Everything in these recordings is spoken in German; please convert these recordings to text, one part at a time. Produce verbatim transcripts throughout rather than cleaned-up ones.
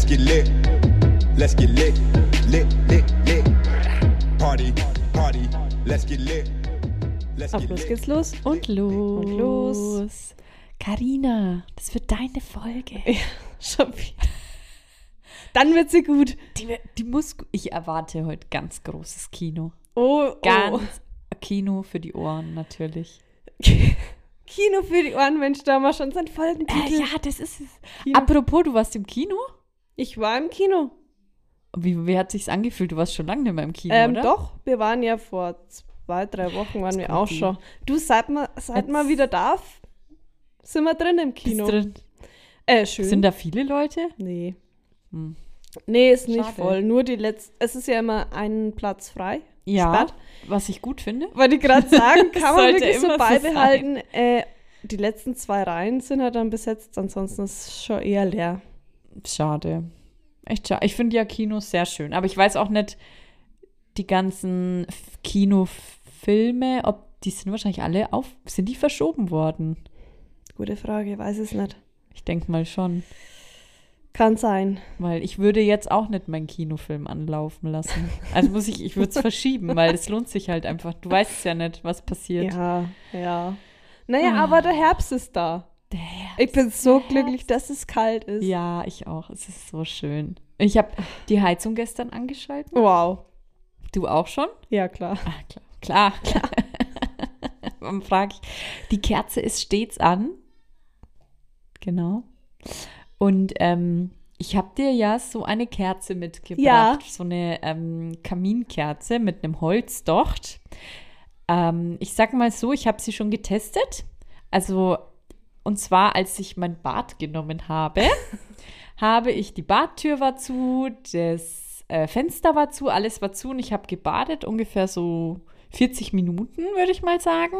get lit. Let's get lit. Lit, lit, lit. Party, party. Let's get lit. Let's Auf get los lit. geht's los. Und los. Und los. Carina, das wird deine Folge. Ja, schon wieder. Dann wird sie gut. Die, die muss, ich erwarte heute ganz großes Kino. Oh, Ganz oh. Kino für die Ohren natürlich. Kino für die Ohren, Mensch, da haben wir schon seinen Folgentitel. Äh, ja, das ist es. Kino. Apropos, du warst im Kino? Ich war im Kino. Wie, wie hat sich's angefühlt? Du warst schon lange nicht mehr im Kino, Ähm, oder? doch, wir waren ja vor zwei, drei Wochen, waren wir kommt auch die. schon. Du, seit man, seit Jetzt- man wieder darf, sind wir drin im Bist Kino. drin. Äh, schön. Sind da viele Leute? Nee. Hm. Nee, ist nicht Schade. voll. Nur die letzten, es ist ja immer ein Platz frei. Ja, Sperrt. was ich gut finde. Wollte ich gerade sagen, kann man Sollte wirklich so immer so beibehalten. äh, die letzten zwei Reihen sind halt dann besetzt, ansonsten ist es schon eher leer. Schade. Echt schade. Ich finde ja Kinos sehr schön. Aber ich weiß auch nicht, die ganzen F- Kinofilme, ob die sind wahrscheinlich alle auf, sind die verschoben worden? Gute Frage, weiß es nicht. Ich denke mal schon. Kann sein. Weil ich würde jetzt auch nicht meinen Kinofilm anlaufen lassen. Also muss ich, ich würde es verschieben, weil es lohnt sich halt einfach. Du weißt es ja nicht, was passiert. Ja, ja. Naja, Ah. aber der Herbst ist da. Der Herbst. Ich bin so glücklich, dass es kalt ist. Ja, ich auch. Es ist so schön. Ich habe die Heizung gestern angeschaltet. Wow. Du auch schon? Ja, klar. Ah, klar. Klar. klar. Warum frage ich? Die Kerze ist stets an. Genau. Und ähm, ich habe dir ja so eine Kerze mitgebracht. Ja. So eine ähm, Kaminkerze mit einem Holzdocht. Ähm, ich sag mal so, ich habe sie schon getestet. Also, und zwar, als ich mein Bad genommen habe, habe ich, die Badtür war zu, das äh, Fenster war zu, alles war zu und ich habe gebadet, ungefähr so vierzig Minuten, würde ich mal sagen.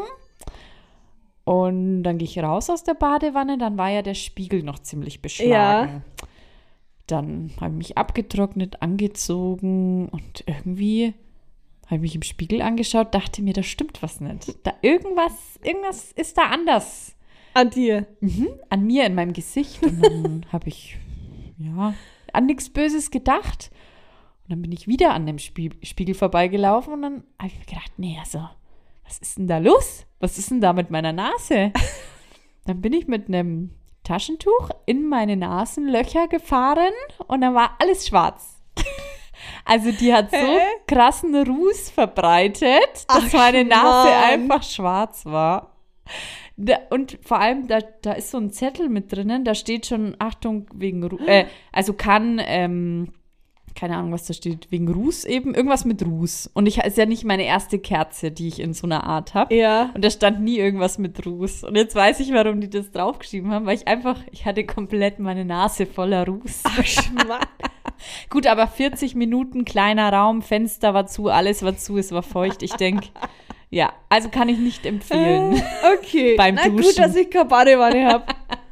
Und dann gehe ich raus aus der Badewanne, dann war ja der Spiegel noch ziemlich beschlagen. Ja. Dann habe ich mich abgetrocknet, angezogen und irgendwie habe ich mich im Spiegel angeschaut, dachte mir, da stimmt was nicht. Da irgendwas, irgendwas ist da anders. An dir. Mhm, an mir, in meinem Gesicht. Und dann habe ich, ja, an nichts Böses gedacht. Und dann bin ich wieder an dem Spie- Spiegel vorbeigelaufen und dann habe ich mir gedacht, nee, also, was ist denn da los? Was ist denn da mit meiner Nase? Dann bin ich mit einem Taschentuch in meine Nasenlöcher gefahren und dann war alles schwarz. Also die hat so Hä? krassen Ruß verbreitet, dass Ach, meine Nase Mann. einfach schwarz war. Da, und vor allem, da, da ist so ein Zettel mit drinnen, da steht schon, Achtung, wegen, Ru- äh, also kann, ähm, keine Ahnung, was da steht, wegen Ruß eben, irgendwas mit Ruß. Und ich ist ja nicht meine erste Kerze, die ich in so einer Art habe. Ja. Und da stand nie irgendwas mit Ruß. Und jetzt weiß ich, warum die das draufgeschrieben haben, weil ich einfach, ich hatte komplett meine Nase voller Ruß. Ach, Schmack. Gut, aber vierzig Minuten, kleiner Raum, Fenster war zu, alles war zu, es war feucht. Ich denke, ja, also kann ich nicht empfehlen. Okay. Beim Na gut, Duschen. dass ich keine Badewanne habe.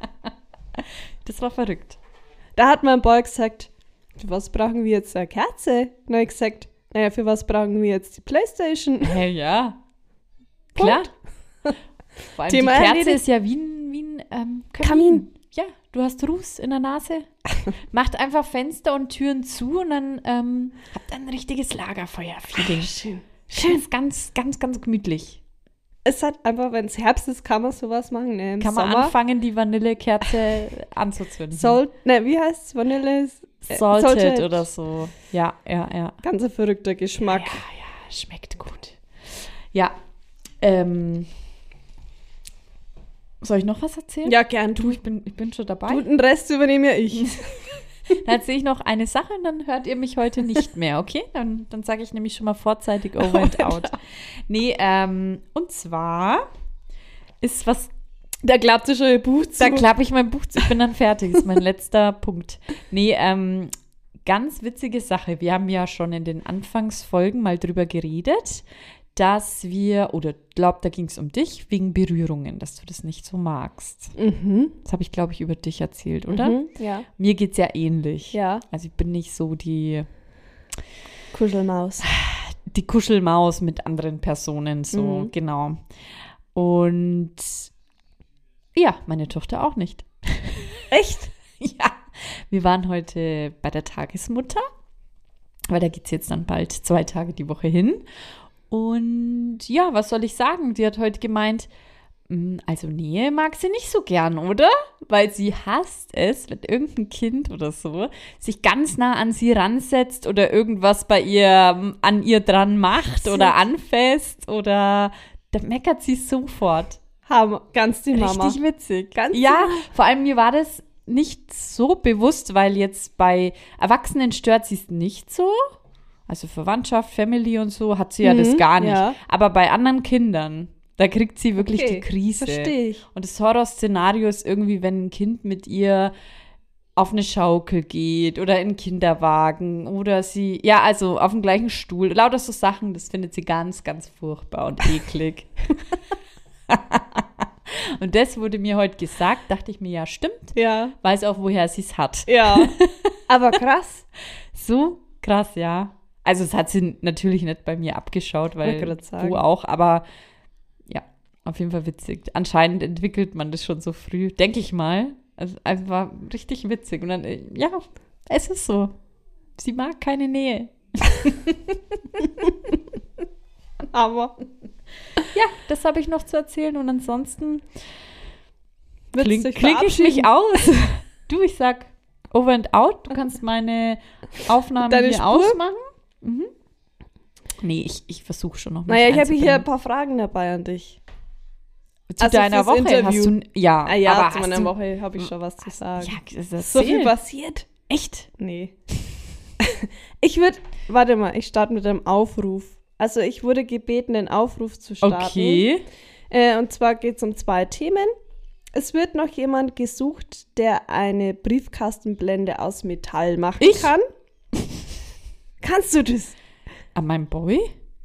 Das war verrückt. Da hat mein Boy gesagt, für was brauchen wir jetzt eine Kerze? Na, ich gesagt, naja, für was brauchen wir jetzt die Playstation? Hey, ja, klar. Vor allem Thema die Kerze erledigt. ist ja wie ein, wie ein ähm, Kamin. Kamin. Ja, du hast Ruß in der Nase. Macht einfach Fenster und Türen zu und dann ähm, habt ein richtiges Lagerfeuer-Feeling. Schön. Schön. Ist ganz, ganz, ganz gemütlich. Es hat einfach, wenn es Herbst ist, kann man sowas machen. Ne? Im Kann man Sommer anfangen, die Vanillekerze anzuzünden. Salt, ne, wie heißt es? Vanille? äh, Salted oder so. Ja, ja, ja. Ganz ein verrückter Geschmack. Ja, ja, schmeckt gut. Ja, ähm, soll ich noch was erzählen? Ja, gern. Du, ich bin, ich bin schon dabei. Du, den Rest übernehme ja ich. Dann erzähle ich noch eine Sache und dann hört ihr mich heute nicht mehr, okay? Dann, dann sage ich nämlich schon mal vorzeitig over and out. Nee, ähm, und zwar ist was, Da klappt schon ihr Buch zu. da klappe ich mein Buch zu, ich bin dann fertig, das ist mein letzter Punkt. Nee, ähm, ganz witzige Sache. Wir haben ja schon in den Anfangsfolgen mal drüber geredet, dass wir, oder glaub, da ging es um dich, wegen Berührungen, dass du das nicht so magst. Mhm. Das habe ich, glaube ich, über dich erzählt, oder? Mhm. Ja. Mir geht es ja ähnlich. Ja. Also ich bin nicht so die, Kuschelmaus. die Kuschelmaus mit anderen Personen, so, Mhm. genau. Und ja, meine Tochter auch nicht. Echt? Ja, Wir waren heute bei der Tagesmutter, weil da geht es jetzt dann bald zwei Tage die Woche hin. Und ja, was soll ich sagen? Die hat heute gemeint, also Nähe mag sie nicht so gern, oder? Weil sie hasst es, wenn irgendein Kind oder so sich ganz nah an sie ransetzt oder irgendwas bei ihr, an ihr dran macht oder anfasst oder da meckert sie sofort. Haben ganz die Mama. Richtig witzig. Ganz ja, die- vor allem mir war das nicht so bewusst, weil jetzt bei Erwachsenen stört sie es nicht so. Also Verwandtschaft, Family und so hat sie ja Mhm, das gar nicht. ja. Aber bei anderen Kindern, da kriegt sie wirklich Okay, die Krise. verstehe ich. Und das Horrorszenario ist irgendwie, wenn ein Kind mit ihr auf eine Schaukel geht oder in einen Kinderwagen oder sie, ja, also auf dem gleichen Stuhl. Lauter so Sachen, das findet sie ganz, ganz furchtbar und eklig. Und das wurde mir heute gesagt, dachte ich mir, ja, stimmt. Ja. Weiß auch, woher sie es hat. Ja. Aber krass. So krass, ja. Also es hat sie natürlich nicht bei mir abgeschaut, weil Wollte grad sagen. du auch, aber ja, auf jeden Fall witzig. Anscheinend entwickelt man das schon so früh, denke ich mal. Also einfach richtig witzig. Und dann, äh, ja, es ist so. Sie mag keine Nähe. Aber Ja, das habe ich noch zu erzählen und ansonsten willst kling, du dich klinge ich mich verabschieden? aus. Du, ich sag over and out. Du kannst meine Aufnahmen Deine hier Spur? ausmachen. Mhm. Nee, ich, ich versuche schon noch mich Naja, ich habe hier ein einzubringen. paar Fragen dabei an dich. Zu also deiner fürs Woche Interview. hast du, ja, Ah ja, aber zu hast meiner du, Woche habe ich schon was zu sagen. Ja, das So viel erzähl. passiert? Echt? Nee. Ich würde, warte mal, ich starte mit einem Aufruf. Also ich wurde gebeten, den Aufruf zu starten. Okay. Äh, und zwar geht es um zwei Themen. Es wird noch jemand gesucht, der eine Briefkastenblende aus Metall machen Ich? kann. Kannst du das? An meinem Boy?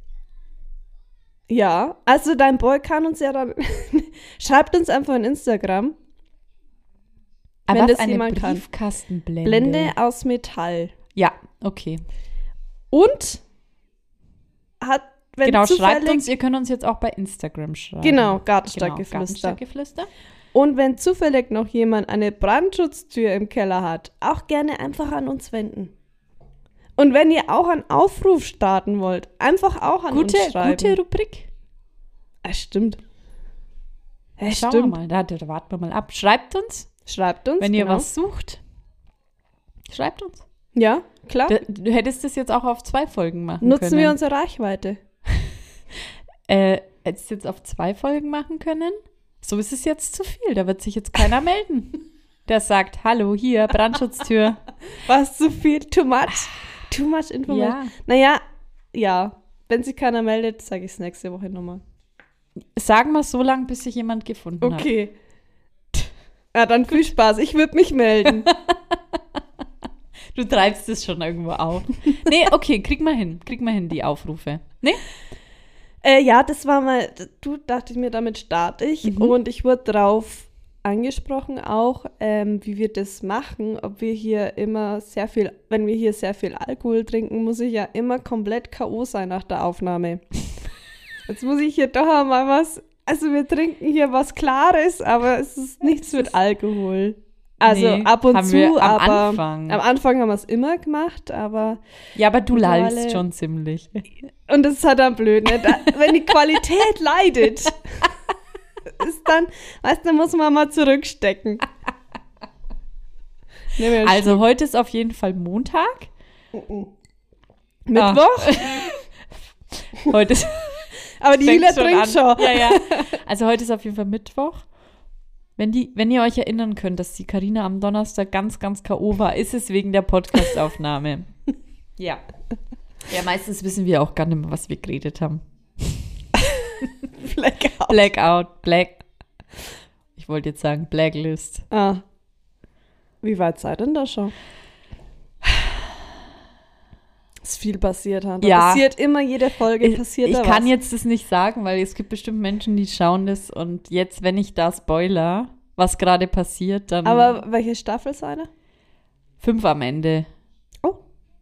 Ja, also dein Boy kann uns ja dann, schreibt uns einfach in Instagram, Aber Wenn was, das eine jemand kann. Briefkastenblende? Blende aus Metall. Ja, okay. Und hat, wenn genau, zufällig, schreibt uns, ihr könnt uns jetzt auch bei Instagram schreiben. genau, Genau, Gartenstadtgeflüster. Gartenstadtgeflüster. Und wenn zufällig noch jemand eine Brandschutztür im Keller hat, auch gerne einfach an uns wenden. Und wenn ihr auch einen Aufruf starten wollt, einfach auch an Gute, uns schreiben. gute Rubrik. Ah, stimmt. Ja, Schauen stimmt. wir mal, da, da warten wir mal ab. Schreibt uns, Schreibt uns, wenn ihr genau. was sucht. Schreibt uns. Ja, klar. Du, du hättest das jetzt auch auf zwei Folgen machen Nutzen können. wir unsere Reichweite. Äh, hättest du jetzt auf zwei Folgen machen können? So ist es jetzt zu viel. Da wird sich jetzt keiner melden. Der sagt, hallo, hier, Brandschutztür. Was zu viel? Too much? Too much Information? Ja. Naja, ja. Wenn sich keiner meldet, sage ich es nächste Woche nochmal. Sagen wir so lange, bis sich jemand gefunden hat. Okay. Ja, dann viel Spaß. Ich würde mich melden. Du treibst es schon irgendwo auf. Nee, okay, krieg mal hin. Krieg mal hin, die Aufrufe. Nee? Äh, ja, das war mal, du dachte ich mir, damit starte ich. Mhm. Und ich wurde drauf angesprochen auch, ähm, wie wir das machen, ob wir hier immer sehr viel, wenn wir hier sehr viel Alkohol trinken, muss ich ja immer komplett K O sein nach der Aufnahme. Jetzt muss ich hier doch einmal was, also wir trinken hier was Klares, aber es ist nichts mit Alkohol. Also Nee, ab und haben zu, wir am aber Anfang. am Anfang haben wir es immer gemacht, aber Ja, aber du Mittlerweile- lallst schon ziemlich. und das ist halt dann blöd, ne? Da, wenn die Qualität leidet, ist dann, weißt du, dann muss man mal zurückstecken. Nehmen wir einen Also heute ist auf jeden Fall Montag. Schluck. Mittwoch, Heute ist aber die fängt Hila trinkt an. schon. Ja, ja. Also heute ist auf jeden Fall Mittwoch. Wenn, die, wenn ihr euch erinnern könnt, dass die Carina am Donnerstag ganz, ganz K O war, ist es wegen der Podcastaufnahme. Ja. Ja, meistens wissen wir auch gar nicht mehr, was wir geredet haben. Blackout. Blackout, Black. Ich wollte jetzt sagen Blacklist. Ah. Wie weit seid denn da schon? Ist viel passiert, Hand. Ja. Passiert immer, jede Folge passiert Ich da kann was. jetzt das nicht sagen, weil es gibt bestimmt Menschen, die schauen das und jetzt, wenn ich da spoiler, was gerade passiert, dann Aber welche Staffel seid ihr? fünf am Ende. Oh.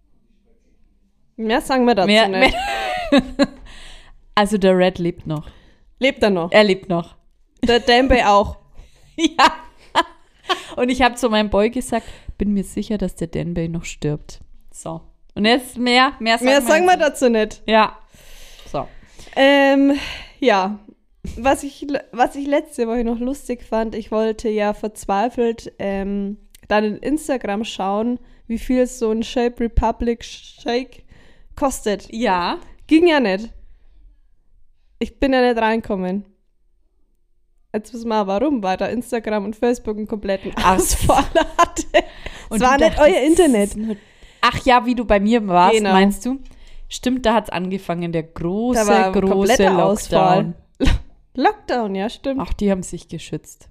Mehr sagen wir dazu Mehr, nicht. mehr. Also der Red lebt noch. Lebt er noch? Er lebt noch. Der Dembe auch. Ja. Und ich habe zu meinem Boy gesagt, bin mir sicher, dass der Denbei noch stirbt. So. Und jetzt mehr, mehr sagen, Mehr sagen wir jetzt dazu nicht. Ja. So. Ähm, ja. Was ich, was ich letzte Woche noch lustig fand, ich wollte ja verzweifelt ähm, dann in Instagram schauen, wie viel so ein Shape Republic Shake kostet. Ja. Ging ja nicht. Ich bin ja nicht reinkommen. Jetzt wissen wir warum, weil da Instagram und Facebook einen kompletten Ausfall hatte. Es war nicht dachtest, euer Internet. Ach ja, wie du bei mir warst, Genau. meinst du? Stimmt, da hat es angefangen, der große, Da war ein große kompletter Lockdown. Ausfall. Lockdown, ja, stimmt. Auch die haben sich geschützt.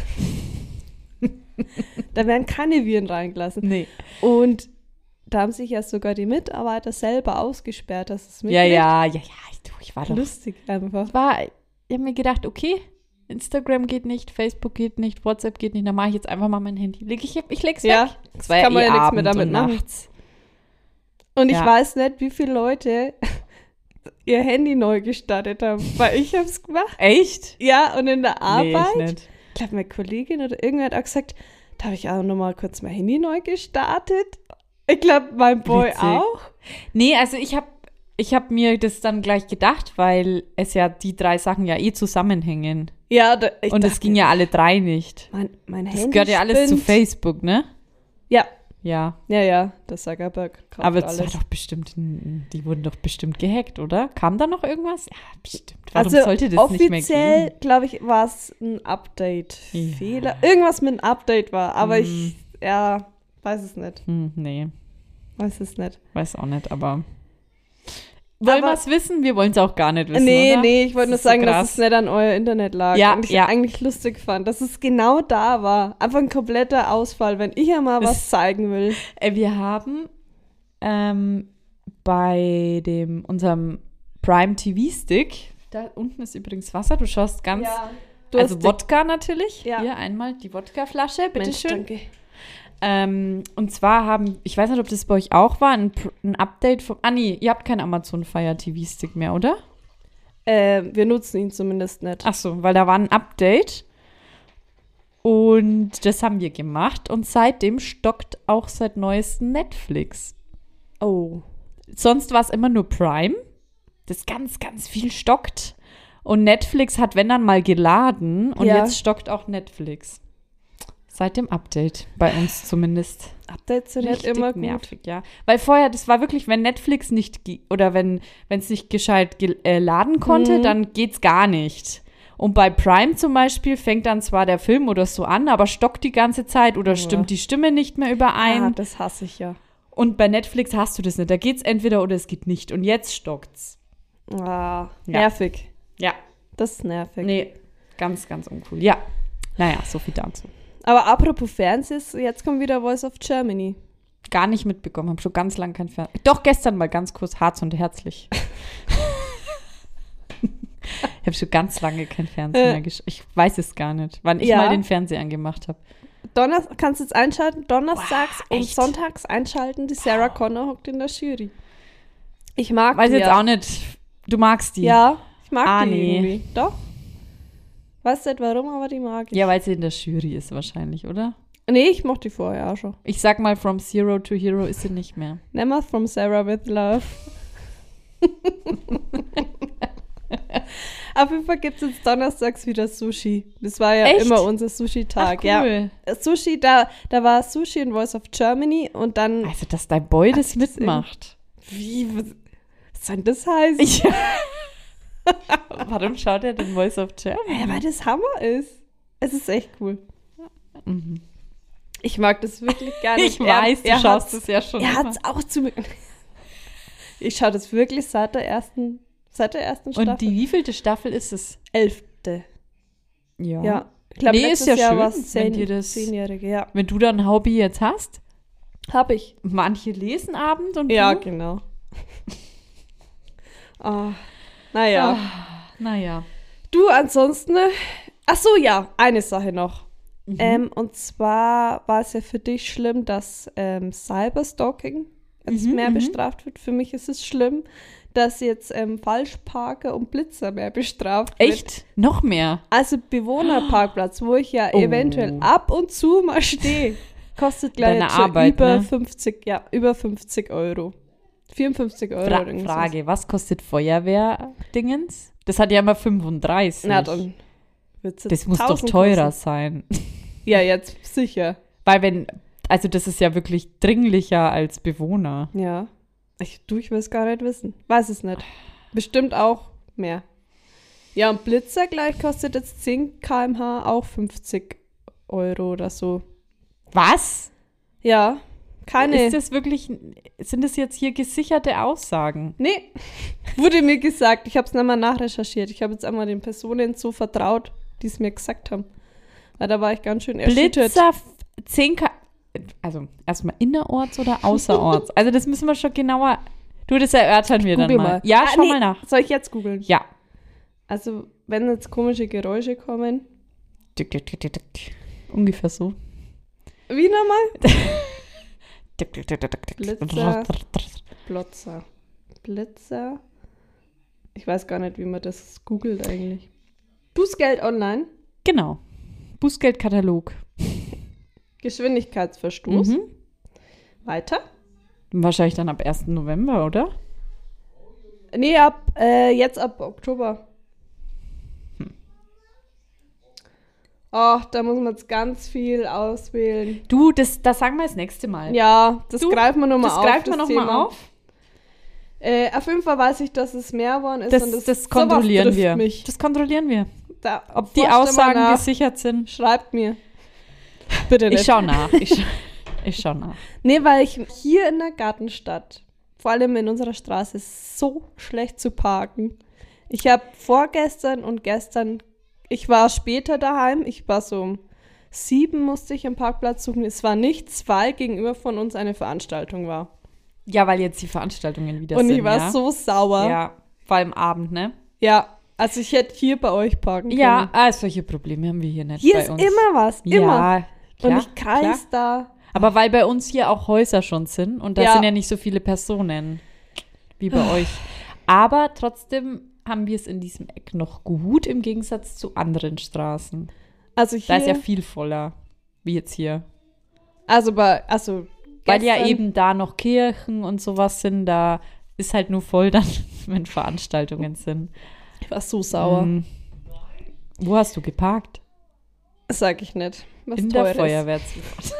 Da werden keine Viren reingelassen. Nee. Und da haben sich ja sogar die Mitarbeiter selber ausgesperrt. Das ist Ja, ja, ja, ja. Ich, du, ich war doch. lustig einfach. War, ich habe mir gedacht, okay, Instagram geht nicht, Facebook geht nicht, WhatsApp geht nicht, dann mache ich jetzt einfach mal mein Handy. Leg ich, ich leg's Ja, weg. das Es war kann man eh ja nichts Abend mehr damit und machen. nachts. Und ich Ja. weiß nicht, wie viele Leute ihr Handy neu gestartet haben, weil ich habe es gemacht. Echt? Ja, und in der Arbeit, Nee, ich nicht. ich glaube, meine Kollegin oder irgendwer hat auch gesagt, da habe ich auch nochmal kurz mein Handy neu gestartet. Ich glaube, mein Boy Witzig. auch. Nee, also ich habe ich hab mir das dann gleich gedacht, weil es ja die drei Sachen ja eh zusammenhängen. Ja, da, ich Und es dachte, ging ja alle drei nicht. Mein, mein Das Handy gehört ja alles zu spinnt. Facebook, ne? Ja, Ja. ja, ja, das Zuckerberg kauft Aber es war alles. doch bestimmt, ein- die wurden doch bestimmt gehackt, oder? Kam da noch irgendwas? Ja, bestimmt. Warum Also sollte das nicht mehr offiziell, gehen? glaube ich, war es ein Update-Fehler. Irgendwas mit einem Update war, aber Hm. ich, ja, weiß es nicht. Hm, nee, Weiß es nicht. weiß auch nicht, aber wollen Aber- wir es wissen? Wir wollen es auch gar nicht wissen, nee, oder? nee, ich wollte nur Das ist so sagen, dass krass. es nicht an euer Internet lag. Ja, und ich ja. eigentlich lustig fand, dass es genau da war. Einfach ein kompletter Ausfall, wenn ich ja mal Das- was zeigen will. Äh, Wir haben ähm, bei dem unserem Prime T V-Stick, da unten ist übrigens Wasser, du schaust ganz, Du also hast Wodka natürlich. Ja. Hier einmal die Wodkaflasche, Mensch, bitteschön. danke. Ähm, und zwar haben, ich weiß nicht, ob das bei euch auch war, ein, Pr- ein Update vom, ah nee, ihr habt keinen Amazon Fire T V-Stick mehr, oder? Äh, wir nutzen ihn zumindest nicht. Ach so, weil da war ein Update und das haben wir gemacht und seitdem stockt auch seit neuestem Netflix. Oh. Sonst war es immer nur Prime, das ganz, ganz viel stockt und Netflix hat, wenn dann mal geladen und Ja. jetzt stockt auch Netflix. Seit dem Update, bei uns zumindest. Updates sind nicht Richtig immer gut. nervig, ja. Weil vorher, das war wirklich, wenn Netflix nicht, ge- oder wenn es nicht gescheit ge äh, laden konnte, Mhm. dann geht's gar nicht. Und bei Prime zum Beispiel fängt dann zwar der Film oder so an, aber stockt die ganze Zeit oder Ja. stimmt die Stimme nicht mehr überein. Ah, das hasse ich ja. Und bei Netflix hast du das nicht. Da geht's entweder oder es geht nicht. Und jetzt stockt's. Ah, nervig. Ja. Das ist nervig. Nee, ganz, ganz uncool. Ja. Naja, so viel dazu. Aber apropos Fernsehen, jetzt kommt wieder Voice of Germany. Gar nicht mitbekommen, habe schon ganz lange kein Fernsehen. Doch, gestern mal ganz kurz, Harz und herzlich. Ich habe schon ganz lange kein Fernsehen Äh. mehr geschaut. Ich weiß es gar nicht, wann ich Ja. mal den Fernseher angemacht habe. Donner kannst du jetzt einschalten, donnerstags Wow, und echt? sonntags einschalten. Die Sarah Connor hockt in der Jury. Ich mag Weiß die jetzt ja. auch nicht. Du magst die. Ja, ich mag Ah, die nee. irgendwie. Doch. Weiß nicht warum, aber die mag ich. Ja, weil sie in der Jury ist wahrscheinlich, oder? Nee, ich mochte die vorher auch schon. Ich sag mal, from Zero to Hero ist sie nicht mehr. Never from Sarah with Love. Auf jeden Fall gibt es jetzt donnerstags wieder Sushi. Das war ja Echt? immer unser Sushi-Tag. Ach, Ja. cool. Sushi, da, da war Sushi in Voice of Germany und dann. Also, dass dein Boy das Ach, das mitmacht. Wie? Was, was soll denn das heißen? Ich, warum schaut er den Voice of Germany? Ja, weil das Hammer ist. Es ist echt cool. Mhm. Ich mag das wirklich gar nicht. Ich weiß, du er schaust hat's- es ja schon Er immer. hat es auch zu mir. Ich schaue das wirklich seit der ersten, seit der ersten Staffel. Und die wievielte Staffel ist es? elfte. Ja. Ja. Ich glaube, Nee, letztes ist ja Jahr schön, war es wenn zehn, dir das- zehnjährige. Ja, Wenn du dann ein Hobby jetzt hast, habe ich. manche lesen abends und Ja, du? genau. Ah, naja. Ah, naja. Du, ansonsten, ach so, ja, eine Sache noch. Mhm. Ähm, und zwar war es ja für dich schlimm, dass ähm, Cyberstalking jetzt Mhm, mehr mhm. bestraft wird. Für mich ist es schlimm, dass jetzt ähm, Falschparker und Blitzer mehr bestraft wird. Echt? Noch mehr? Also Bewohnerparkplatz, wo ich ja Oh. eventuell ab und zu mal stehe, kostet gleich Deine jetzt schon Arbeit, über ne? fünfzig, ja, über fünfzig Euro. vierundfünfzig Euro. Fra oder irgendwas. Frage, was kostet Feuerwehrdingens? Das hat ja immer fünfunddreißig. Na, dann wird's jetzt das muss doch tausend teurer kosten. sein. Ja, jetzt sicher. Weil wenn, also das ist ja wirklich dringlicher als Bewohner. Ja. Ich, du, ich will es gar nicht wissen. Weiß es nicht. Bestimmt auch mehr. Ja, und Blitzer gleich kostet jetzt zehn Kilometer pro Stunde auch fünfzig Euro oder so. Was? Ja, keine. Ist das wirklich, sind das jetzt hier gesicherte Aussagen? Nee, wurde mir gesagt. Ich habe es nochmal nachrecherchiert. Ich habe jetzt einmal den Personen so vertraut, die es mir gesagt haben. Weil da war ich ganz schön erschüttert. Blitzer zehn Kilometer, also erstmal innerorts oder außerorts? Also das müssen wir schon genauer, du, das erörtern wir dann Google mal. mal. Ja, Ah, schau nee, mal nach. Soll ich jetzt googeln? Ja. Also, wenn jetzt komische Geräusche kommen. Tick, tick, tick, tick, tick. Ungefähr so. Wie nochmal? Tick, tick, tick, tick, tick. Blitzer. Blotzer. Blitzer. Ich weiß gar nicht, wie man das googelt eigentlich. Bußgeld online. Genau. Bußgeldkatalog. Geschwindigkeitsverstoß. Mhm. Weiter. Wahrscheinlich dann ab ersten November, oder? Nee, ab, äh, jetzt ab Oktober. Hm. Ach, da muss man jetzt ganz viel auswählen. Du, das, das sagen wir das nächste Mal. Ja, das Du, greifen wir nochmal das auf. greifen wir noch Thema. mal auf. Äh, auf jeden Fall weiß ich, dass es mehr geworden ist. Das, und das, das, kontrollieren sowas trifft wir. Mich. Das kontrollieren wir. Da, Ob die forscht mal Aussagen nach. gesichert sind. Schreibt mir. Bitte nicht. Ich schau nach. Ich, scha ich schau nach. Nee, weil ich hier in der Gartenstadt, vor allem in unserer Straße, ist so schlecht zu parken. Ich habe vorgestern und gestern, ich war später daheim, ich war so um sieben, musste ich einen Parkplatz suchen. Es war nichts, weil gegenüber von uns eine Veranstaltung war. Ja, weil jetzt die Veranstaltungen wieder und sind. ich war ja? so sauer. Ja, vor allem Abend, ne? Ja, also ich hätte hier bei euch parken können. Ja, ah, solche Probleme haben wir hier nicht Hier bei ist uns. immer was, immer. Ja, klar, und ich kreis klar. da. Aber weil bei uns hier auch Häuser schon sind und da Ja. sind ja nicht so viele Personen wie bei euch. Aber trotzdem haben wir es in diesem Eck noch gut im Gegensatz zu anderen Straßen. Also hier, Da ist ja viel voller, wie jetzt hier. also bei, also Weil ja gestern- eben da noch Kirchen und sowas sind, da ist halt nur voll dann, wenn Veranstaltungen sind. Ich war so sauer. Ähm, wo hast du geparkt? Sag ich nicht. Was in der Teures. Feuerwehrzufahrt.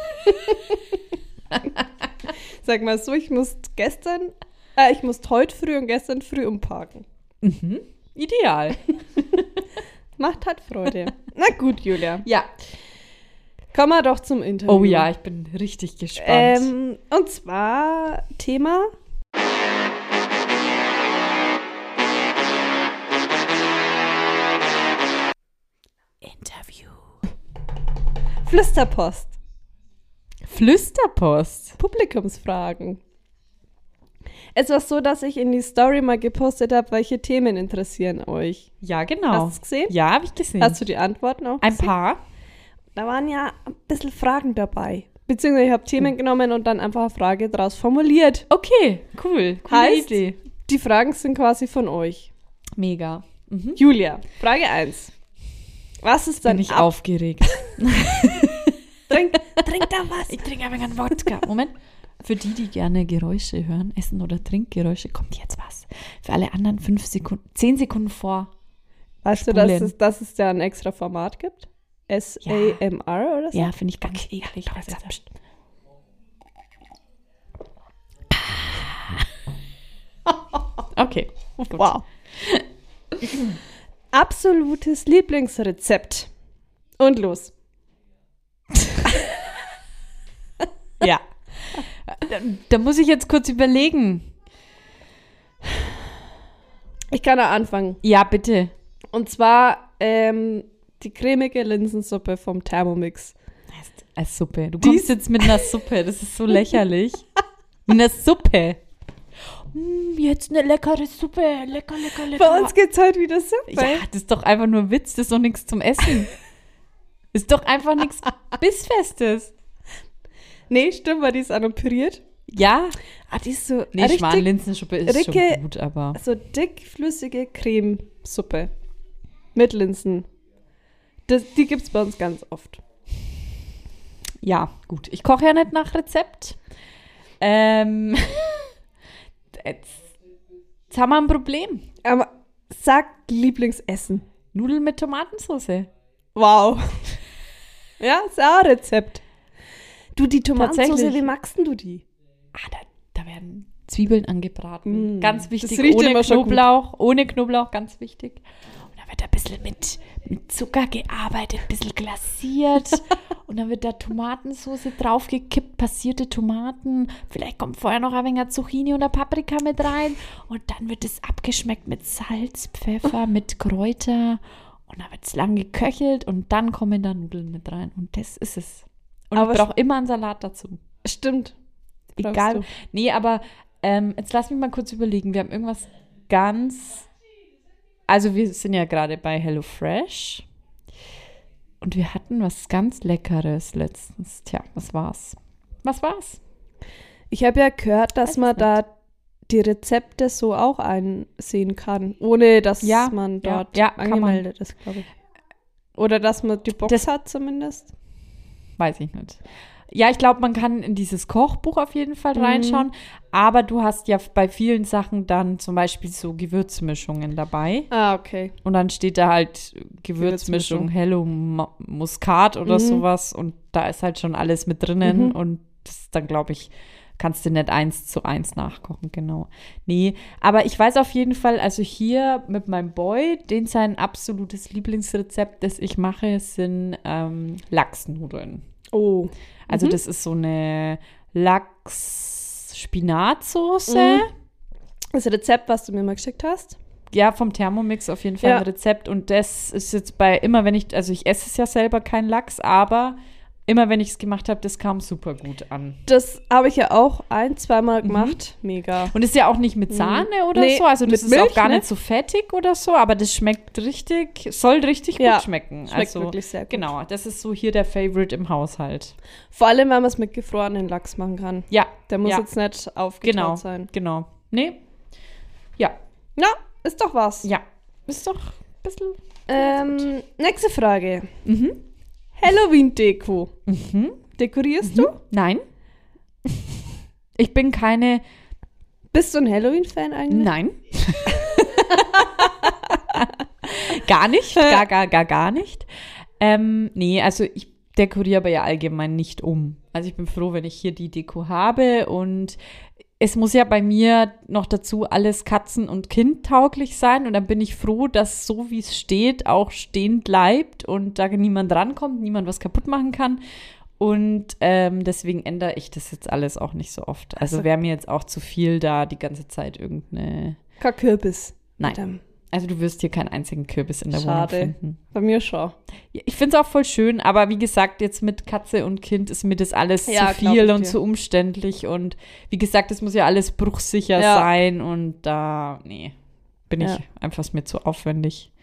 Sag mal so, ich musste gestern, äh, ich musste heute früh und gestern früh umparken. Mhm. Ideal. Macht halt Freude. Na gut, Julia. Ja. Kommen wir doch zum Interview. Oh ja, ich bin richtig gespannt. Ähm, und zwar Thema Interview. Flüsterpost. Flüsterpost. Publikumsfragen. Es war so, dass ich in die Story mal gepostet habe, welche Themen interessieren euch. Ja, genau. Hast du es gesehen? Ja, habe ich gesehen. Hast du die Antworten auch Ein gesehen? paar. Da waren ja ein bisschen Fragen dabei. Beziehungsweise ich habe Themen genommen und dann einfach eine Frage draus formuliert. Okay, cool. Coole Heißt, Idee. die Fragen sind quasi von euch. Mega. Mhm. Julia, Frage eins. Was ist dein Bin ich Ab- aufgeregt. Trink, trink da was. Ich trinke ein wenig Wodka. Moment. Für die, die gerne Geräusche hören, Essen- oder Trinkgeräusche, kommt jetzt was. Für alle anderen fünf Sekunden, zehn Sekunden vor. Weißt du, dass Spulen. es, dass es da ein extra Format gibt? S A M R oder so? Ja, finde ich ganz eklig. ja, was ja, das ist. Okay. Gut. Wow. Absolutes Lieblingsrezept. Und los. Ja. Da, da muss ich jetzt kurz überlegen. Ich kann da anfangen. Ja, bitte. Und zwar ähm, die cremige Linsensuppe vom Thermomix. Als Suppe. Du Dies- kommst jetzt mit einer Suppe. Das ist so lächerlich. Mit einer Suppe. Mm, jetzt eine leckere Suppe. Lecker, lecker, lecker. Bei uns gibt's heute wieder Suppe. Ja, das ist doch einfach nur Witz. Das ist doch nichts zum Essen. Ist doch einfach nichts Bissfestes. Nee, stimmt, weil die ist auch noch püriert. Ja? Ah, die ist so Nee, richtig Schmarrn-Linsensuppe ist Ricke- schon gut, aber... so dickflüssige Cremesuppe mit Linsen. Das, die gibt es bei uns ganz oft. Ja, gut. Ich koche ja nicht nach Rezept. Ähm, jetzt, jetzt haben wir ein Problem. Aber sag Lieblingsessen. Nudeln mit Tomatensauce. Wow. Ja, ist auch ein Rezept. Du, die Tomatensauce, Tatsächlich. wie magst denn du die? Ah, da, da werden Zwiebeln angebraten. Mm, Ganz wichtig, das riecht ohne immer schon gut. Knoblauch. Ohne Knoblauch, ganz wichtig. Und dann wird ein bisschen mit, mit Zucker gearbeitet, ein bisschen glasiert. Und dann wird da Tomatensauce draufgekippt, passierte Tomaten. Vielleicht kommt vorher noch ein wenig Zucchini oder Paprika mit rein. Und dann wird es abgeschmeckt mit Salz, Pfeffer, mit Kräuter. Und dann wird es lang geköchelt und dann kommen da Nudeln mit rein. Und das ist es. Und Aber ich brauche immer einen Salat dazu. Stimmt. Brauchst Egal. du. Nee, aber ähm, jetzt lass mich mal kurz überlegen. Wir haben irgendwas ganz... Also wir sind ja gerade bei HelloFresh. Und wir hatten was ganz Leckeres letztens. Tja, was war's? Was war's? Ich habe ja gehört, dass Weiß man es da die Rezepte so auch einsehen kann, ohne dass Ja, man ja, dort ja, kann man. angemeldet ist, glaube ich. Oder dass man die Box Das- hat zumindest. Weiß ich nicht. Ja, ich glaube, man kann in dieses Kochbuch auf jeden Fall Mhm. reinschauen. Aber du hast ja bei vielen Sachen dann zum Beispiel so Gewürzmischungen dabei. Ah, okay. Und dann steht da halt Gewürzmischung. Gewürzmischung, Hello Ma- Muskat oder Mhm. sowas. Und da ist halt schon alles mit drinnen. Mhm. Und das ist dann, glaube ich, kannst du nicht eins zu eins nachkochen, genau. Nee, aber ich weiß auf jeden Fall, also hier mit meinem Boy, den sein absolutes Lieblingsrezept, das ich mache, sind ähm, Lachsnudeln. Oh. Also Mhm. das ist so eine Lachs-Spinatsoße. Mhm. Das Rezept, was du mir mal geschickt hast. Ja, vom Thermomix auf jeden Fall Ja. ein Rezept. Und das ist jetzt bei, immer wenn ich, also ich esse es ja selber kein Lachs, aber immer wenn ich es gemacht habe, das kam super gut an. Das habe ich ja auch ein, zweimal gemacht. Mega. Und ist ja auch nicht mit Sahne oder Nee, so, also das mit ist Milch, auch gar ne? nicht so fettig oder so, aber das schmeckt richtig, soll richtig Ja, gut schmecken. schmeckt also, wirklich sehr gut. Genau, das ist so hier der Favorite im Haushalt. Vor allem, wenn man es mit gefrorenen Lachs machen kann. Ja, Der muss ja, jetzt nicht aufgetaut genau, sein. genau. Nee, ja, Na, ist doch was. ja, ist doch ein bisschen... Ähm, nächste Frage. Mhm. Halloween-Deko. Mhm. Dekorierst du? Nein. Ich bin keine... Bist du ein Halloween-Fan eigentlich? Nein. Gar nicht, gar, gar, gar, gar nicht. Ähm, nee, also ich dekoriere aber ja allgemein nicht um. Also ich bin froh, wenn ich hier die Deko habe und es muss ja bei mir noch dazu alles katzen- und kindtauglich sein und dann bin ich froh, dass so wie es steht auch stehen bleibt und da niemand rankommt, niemand was kaputt machen kann. Und ähm, deswegen ändere ich das jetzt alles auch nicht so oft. Also Also- wäre mir jetzt auch zu viel, da die ganze Zeit irgendeine... Kein Kürbis. Nein. Madame. Also du wirst hier keinen einzigen Kürbis in der Schade. Wohnung finden. Bei mir schon. Ja, ich finde es auch voll schön, aber wie gesagt, jetzt mit Katze und Kind ist mir das alles Ja, zu glaub viel ich und dir. zu umständlich. Und wie gesagt, es muss ja alles bruchsicher Ja. sein und da, nee, bin Ja. ich einfach ist mir zu aufwendig.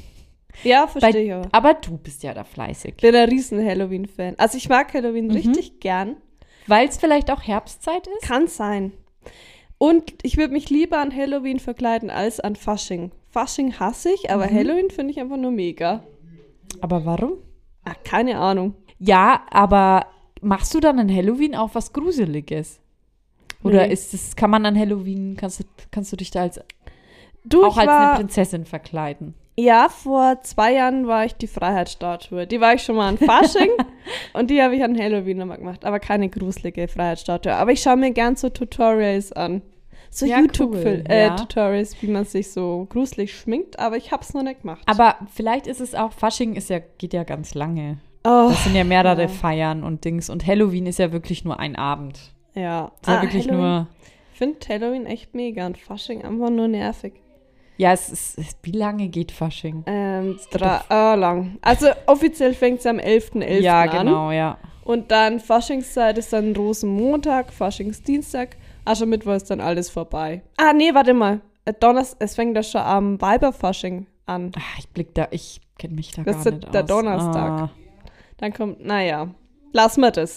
Ja, Bei, verstehe ich aber. aber du bist ja da fleißig. Ich bin ein riesen Halloween-Fan. Also ich mag Halloween Mhm. richtig gern. Weil es vielleicht auch Herbstzeit ist? Kann sein. Und ich würde mich lieber an Halloween verkleiden als an Fasching. Fasching hasse ich, aber Mhm. Halloween finde ich einfach nur mega. Aber warum? Ah, keine Ahnung. Ja, aber machst du dann an Halloween auch was Gruseliges? Oder Nee. ist es, kann man an Halloween, kannst du, kannst du dich da als, Du, auch ich als war, eine Prinzessin verkleiden? ja, vor zwei Jahren war ich die Freiheitsstatue. Die war ich schon mal an Fasching und die habe ich an Halloween nochmal gemacht. Aber keine gruselige Freiheitsstatue. Aber ich schaue mir gern so Tutorials an. So Ja, YouTube-Tutorials, cool, äh, ja. Tutorials, wie man sich so gruselig schminkt. Aber ich habe es noch nicht gemacht. Aber vielleicht ist es auch, Fasching ist ja, geht ja ganz lange. oh, Das sind ja mehrere ja. Feiern und Dings. Und Halloween ist ja wirklich nur ein Abend. ja. Das ist ja Ah, wirklich Halloween. nur, Ich finde Halloween echt mega und Fasching einfach nur nervig. ja, es ist, wie lange geht Fasching? Ähm, drei, äh, lang. Also offiziell fängt es am elften elften Ja, an. genau, ja. Und dann Faschingszeit ist dann Rosenmontag, Faschingsdienstag, Aschermittwoch ist dann alles vorbei. Ah, nee, warte mal. Äh, Donnerstag, es fängt ja schon am Weiberfasching an. Ach, ich blick da, ich kenne mich da Das gar ist nicht der aus. Donnerstag. Ah. Dann kommt, naja, lassen wir das.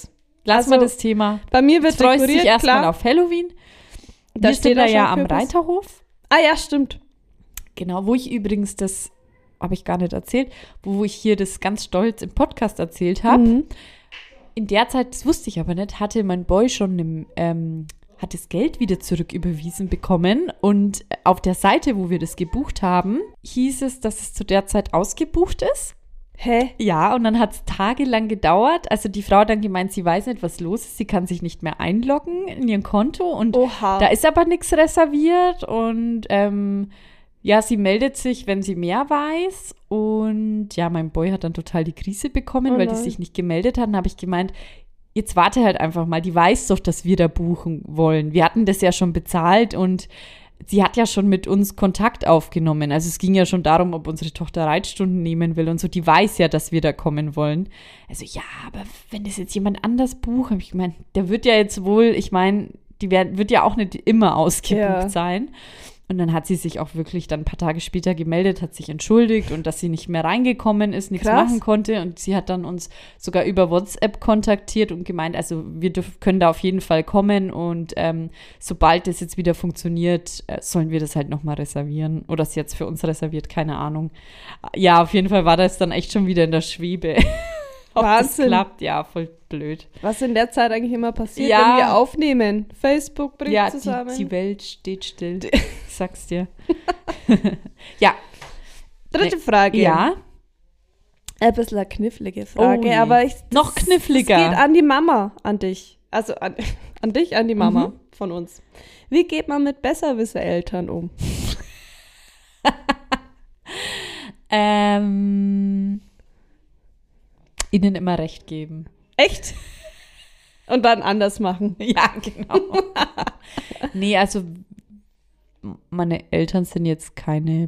Lass Also, mal das Thema. Bei mir wird Jetzt freust du dich dekoriert, erstmal klar. auf Halloween. Da Wir steht sind da auch schon ja am Kürbis. Reiterhof. Ah ja, stimmt. Genau, wo ich übrigens das, habe ich gar nicht erzählt, wo ich hier das ganz stolz im Podcast erzählt habe. Mhm. In der Zeit, das wusste ich aber nicht, hatte mein Boy schon im, ähm, hat das Geld wieder zurücküberwiesen bekommen. Und auf der Seite, wo wir das gebucht haben, hieß es, dass es zu der Zeit ausgebucht ist. Hä? Ja, und dann hat es tagelang gedauert. Also die Frau hat dann gemeint, sie weiß nicht, was los ist. Sie kann sich nicht mehr einloggen in ihr Konto. Und Oha. da ist aber nichts reserviert. Und ähm, ja, sie meldet sich, wenn sie mehr weiß. Und ja, mein Boy hat dann total die Krise bekommen, Oh weil die nein. sich nicht gemeldet hat. Dann habe ich gemeint, jetzt warte halt einfach mal. Die weiß doch, dass wir da buchen wollen. Wir hatten das ja schon bezahlt und sie hat ja schon mit uns Kontakt aufgenommen. Also es ging ja schon darum, ob unsere Tochter Reitstunden nehmen will und so. Die weiß ja, dass wir da kommen wollen. Also ja, aber wenn das jetzt jemand anders bucht, habe ich gemeint, der wird ja jetzt wohl, ich meine, die werd, wird ja auch nicht immer ausgebucht Ja. sein. Und dann hat sie sich auch wirklich dann ein paar Tage später gemeldet, hat sich entschuldigt und dass sie nicht mehr reingekommen ist, nichts Krass. machen konnte. Und sie hat dann uns sogar über WhatsApp kontaktiert und gemeint, also wir dürf, können da auf jeden Fall kommen und ähm, sobald das jetzt wieder funktioniert, äh, sollen wir das halt nochmal reservieren. Oder es jetzt für uns reserviert, keine Ahnung. Ja, auf jeden Fall war das dann echt schon wieder in der Schwebe. Ob das Wahnsinn. klappt, ja, voll blöd. Was in der Zeit eigentlich immer passiert, Ja. wenn wir aufnehmen. Facebook bringt Ja, zusammen. die, die Welt steht still. Ich sag's dir. ja, Dritte Nee. Frage. ja. Ein bisschen eine knifflige Frage, Oh je. aber ich. Noch kniffliger. Das geht an die Mama, an dich. Also an, an dich, an die Mama Mhm. von uns. Wie geht man mit Besserwisser-Eltern um? Ähm, ihnen immer recht geben. Echt? Und dann anders machen. Ja, genau. nee, also meine Eltern sind jetzt keine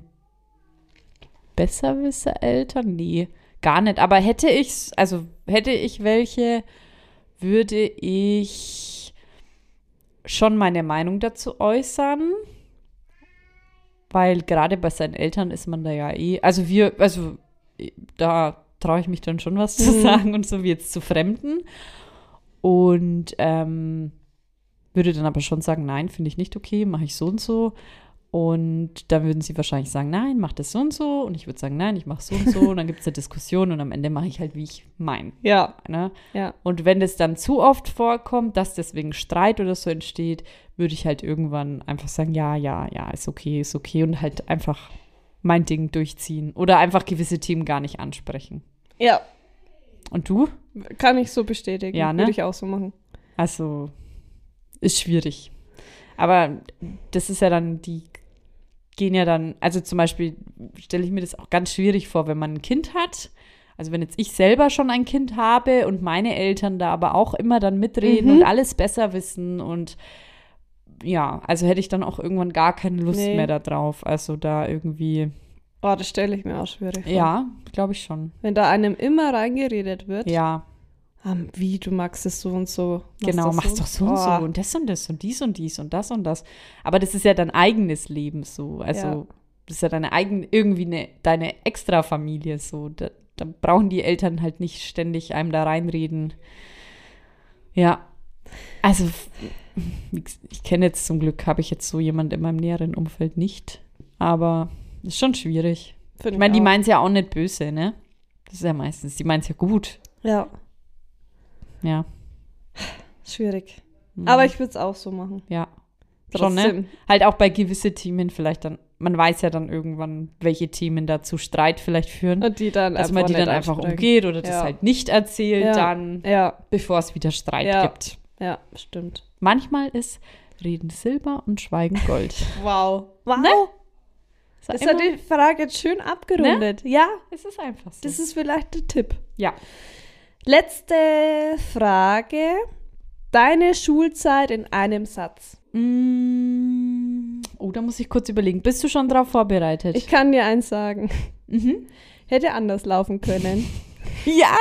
Besserwisser-Eltern. Nee, gar nicht. Aber hätte ich, also hätte ich welche, würde ich schon meine Meinung dazu äußern. Weil gerade bei seinen Eltern ist man da ja eh, also wir, also da traue ich mich dann schon was zu Mhm. sagen und so wie jetzt zu Fremden. Und ähm, würde dann aber schon sagen, nein, finde ich nicht okay, mache ich so und so. Und dann würden sie wahrscheinlich sagen, nein, mach das so und so. Und ich würde sagen, nein, ich mache so und so. Und dann gibt es eine Diskussion und am Ende mache ich halt, wie ich mein. Ja, Ne? ja. Und wenn das dann zu oft vorkommt, dass deswegen Streit oder so entsteht, würde ich halt irgendwann einfach sagen, ja, ja, ja, ist okay, ist okay. Und halt einfach mein Ding durchziehen. Oder einfach gewisse Themen gar nicht ansprechen. Ja, Und du? kann ich so bestätigen. Ja, ne? Würde ich auch so machen. Also, ist schwierig. Aber das ist ja dann, die gehen ja dann, also zum Beispiel stelle ich mir das auch ganz schwierig vor, wenn man ein Kind hat. Also wenn jetzt ich selber schon ein Kind habe und meine Eltern da aber auch immer dann mitreden Mhm. und alles besser wissen und ja, also hätte ich dann auch irgendwann gar keine Lust Nee. mehr da drauf. Also da irgendwie, Boah, das stelle ich mir auch schwierig vor. ja, glaube ich schon. Wenn da einem immer reingeredet wird, Ja, ah, wie, du magst es so und so. machst genau, das machst doch so und so Boah. und das und das und dies und dies und das und das. Aber das ist ja dein eigenes Leben so. Also Ja. das ist ja deine eigene, irgendwie eine, deine Extrafamilie so. Da, da brauchen die Eltern halt nicht ständig einem da reinreden. Ja, also wie ges- ich kenne jetzt zum Glück, habe ich jetzt so jemand in meinem näheren Umfeld nicht. Aber ist schon schwierig. Find Ich meine, die auch. meinen es ja auch nicht böse, ne? Das ist ja meistens, die meinen es ja gut. Ja, Ja. schwierig. Mhm. Aber ich würde es auch so machen. Ja. Schon, ne? Trotzdem. Halt auch bei gewisse Themen vielleicht dann, man weiß ja dann irgendwann, welche Themen da zu Streit vielleicht führen, Und die dann dass man die nicht dann einfach ansprechen. umgeht oder das Ja. halt nicht erzählt Ja. dann, Ja, bevor es wieder Streit Ja. gibt. ja, stimmt. Manchmal ist Reden Silber und Schweigen Gold. Wow. Wow. Ne? Das immer- hat die Frage jetzt schön abgerundet. Ja, es ist einfach so. das ist vielleicht der Tipp. ja. Letzte Frage. Deine Schulzeit in einem Satz. Mm, oh, da muss ich kurz überlegen. Bist du schon drauf vorbereitet? Ich kann dir eins sagen. mhm. Hätte anders laufen können. Ja.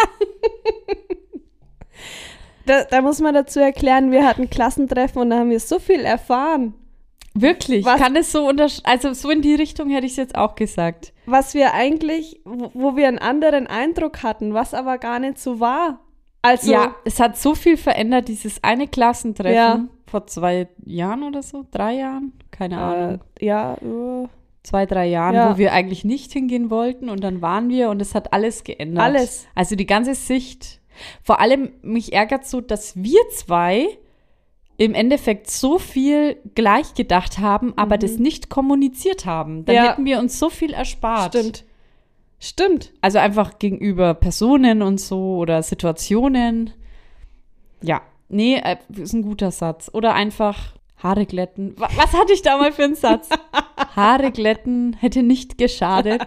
Da, da muss man dazu erklären, wir hatten Klassentreffen und da haben wir so viel erfahren, Wirklich? Was- Kann es so untersch- also so in die Richtung hätte ich es jetzt auch gesagt. was wir eigentlich, wo, wo wir einen anderen Eindruck hatten, was aber gar nicht so war. Also, Ja, es hat so viel verändert, dieses eine Klassentreffen Ja. vor zwei Jahren oder so, drei Jahren, keine äh, Ahnung, ja, äh, zwei, drei Jahren, Ja. wo wir eigentlich nicht hingehen wollten und dann waren wir und es hat alles geändert. Alles. Also die ganze Sicht. Vor allem, mich ärgert so, dass wir zwei im Endeffekt so viel gleich gedacht haben, aber das nicht kommuniziert haben. Dann Mhm. Ja. hätten wir uns so viel erspart. stimmt. Stimmt. Also einfach gegenüber Personen und so oder Situationen. Ja, nee, äh, ist ein guter Satz. Oder einfach Haare glätten. Wa- Was hatte ich da mal für einen Satz? Haare glätten hätte nicht geschadet.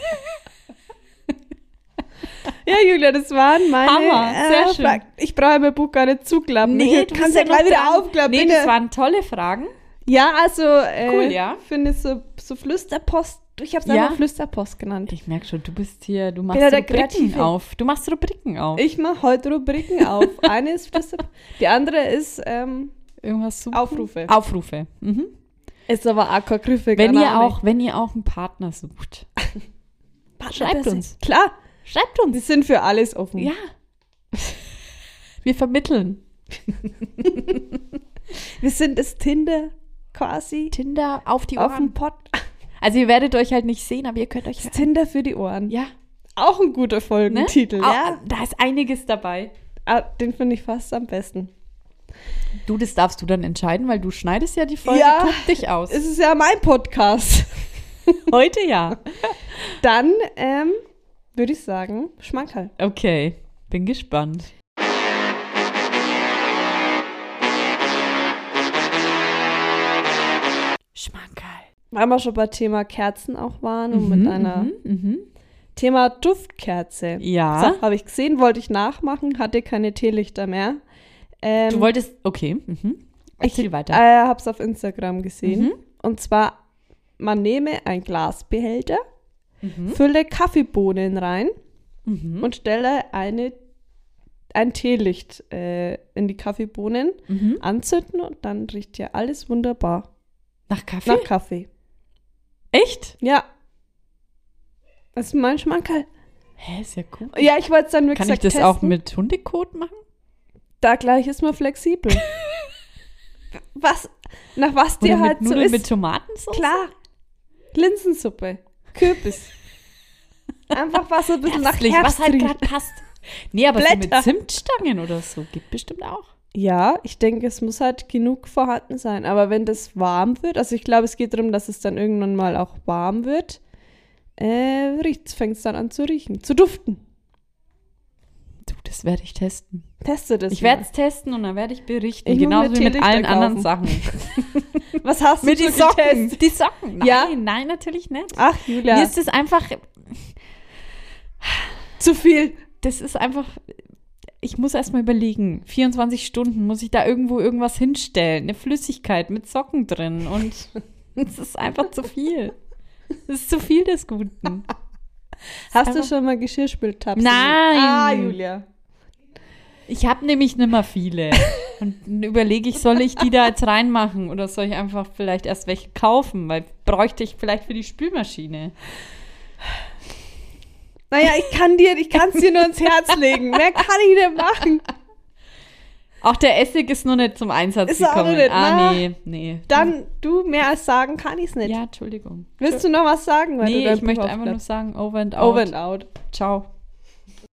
Ja, Julia, das waren meine Hammer, sehr äh, schön. Fragen. Ich brauche mein Buch gar nicht zuklappen. Nee, ich du kann es bist ja ja noch gleich wieder dran. aufklappen. Nee, bitte. das waren tolle Fragen. Ja, also äh, Cool, ja. finde ich so, so Flüsterpost. Ich habe es Ja. einfach Flüsterpost genannt. Ich merke schon, du bist hier, du machst ja der Rubriken Kreative. auf. Du machst Rubriken auf. Ich mache heute Rubriken auf. Eine ist Flüsterpost, die andere ist, ähm, Irgendwas suchen? Aufrufe. Aufrufe. Mhm. ist aber auch kein griffiger Wenn ihr Name. auch, wenn ihr auch einen Partner sucht, schreibt uns. Klar, Schreibt die uns. sind für alles offen. Ja. Wir vermitteln. Wir sind das Tinder quasi Tinder auf die auf Ohren. dem Pod. Also ihr werdet euch halt nicht sehen, aber ihr könnt euch Das hören. Tinder für die Ohren. Ja. Auch ein guter Ne? Folgentitel, Au- ja. Da ist einiges dabei. Ah, den finde ich fast am besten. Du, das darfst du dann entscheiden, weil du schneidest ja die Folge, Ja. tob dich aus. Es ist ja mein Podcast. Heute ja. Dann ähm, würde ich sagen, Schmankerl. Okay, bin gespannt. Schmankerl. Weil wir schon bei Thema Kerzen auch waren und mit einer Mhm, mhm. Thema Duftkerze. Ja. So, habe ich gesehen, wollte ich nachmachen, hatte keine Teelichter mehr. Ähm, Du wolltest, okay. Mhm. Erzähl ich, weiter. Äh, habe es auf Instagram gesehen. Mhm. Und zwar, man nehme ein Glasbehälter, Mhm. fülle Kaffeebohnen rein Mhm. und stelle eine, ein Teelicht äh, in die Kaffeebohnen, Mhm. anzünden und dann riecht ja alles wunderbar Nach Kaffee? nach Kaffee. Echt? Ja. Das ist mein Schmankerl. Hä, ist ja cool. Ja, ich wollte es dann, wie Kann ich gesagt, das testen. auch mit Hundekot machen? Da gleich ist man flexibel. was, nach was Oder dir mit halt so Nudeln ist. mit Tomatensauce? Klar. Linsensuppe, Kürbis. Einfach was so ein bisschen nach Herbstlich, Herbst was halt riecht. gerade passt. Nee, aber so Blätter. mit Zimtstangen oder so geht bestimmt auch. Ja, ich denke, es muss halt genug vorhanden sein. Aber wenn das warm wird, also ich glaube, es geht darum, dass es dann irgendwann mal auch warm wird, äh, fängt es dann an zu riechen, zu duften. Du, das werde ich testen. Teste das Ich mal. werde es testen und dann werde ich berichten. Ich muss Genauso mir wie mit Teelichter allen anderen kaufen. Sachen. Was hast du Mit so die Socken. getestet? Die Socken. Nein, Ja? nein, natürlich nicht. Ach, Julia, Mir ist das einfach, zu viel. das ist einfach, ich muss erst mal überlegen, vierundzwanzig Stunden muss ich da irgendwo irgendwas hinstellen, eine Flüssigkeit mit Socken drin und es ist einfach zu viel. Es ist zu viel des Guten. Hast du einfach- schon mal Geschirrspültabs? Nein. Ah, Julia. Ich habe nämlich nimmer viele. Und dann überlege ich, soll ich die da jetzt reinmachen oder soll ich einfach vielleicht erst welche kaufen, weil bräuchte ich vielleicht für die Spülmaschine. Naja, ich kann dir, ich kann es dir nur ins Herz legen. Mehr kann ich denn machen? Auch der Essig ist noch nicht zum Einsatz Ist er auch gekommen. noch nicht, ah, na? nee, nee. Dann, du, mehr als sagen kann ich es nicht. Ja, Entschuldigung. Willst du noch was sagen? weil du Nee, dein ich möchte Buch einfach nur aufklappst? sagen, over and out. Over and out. Ciao.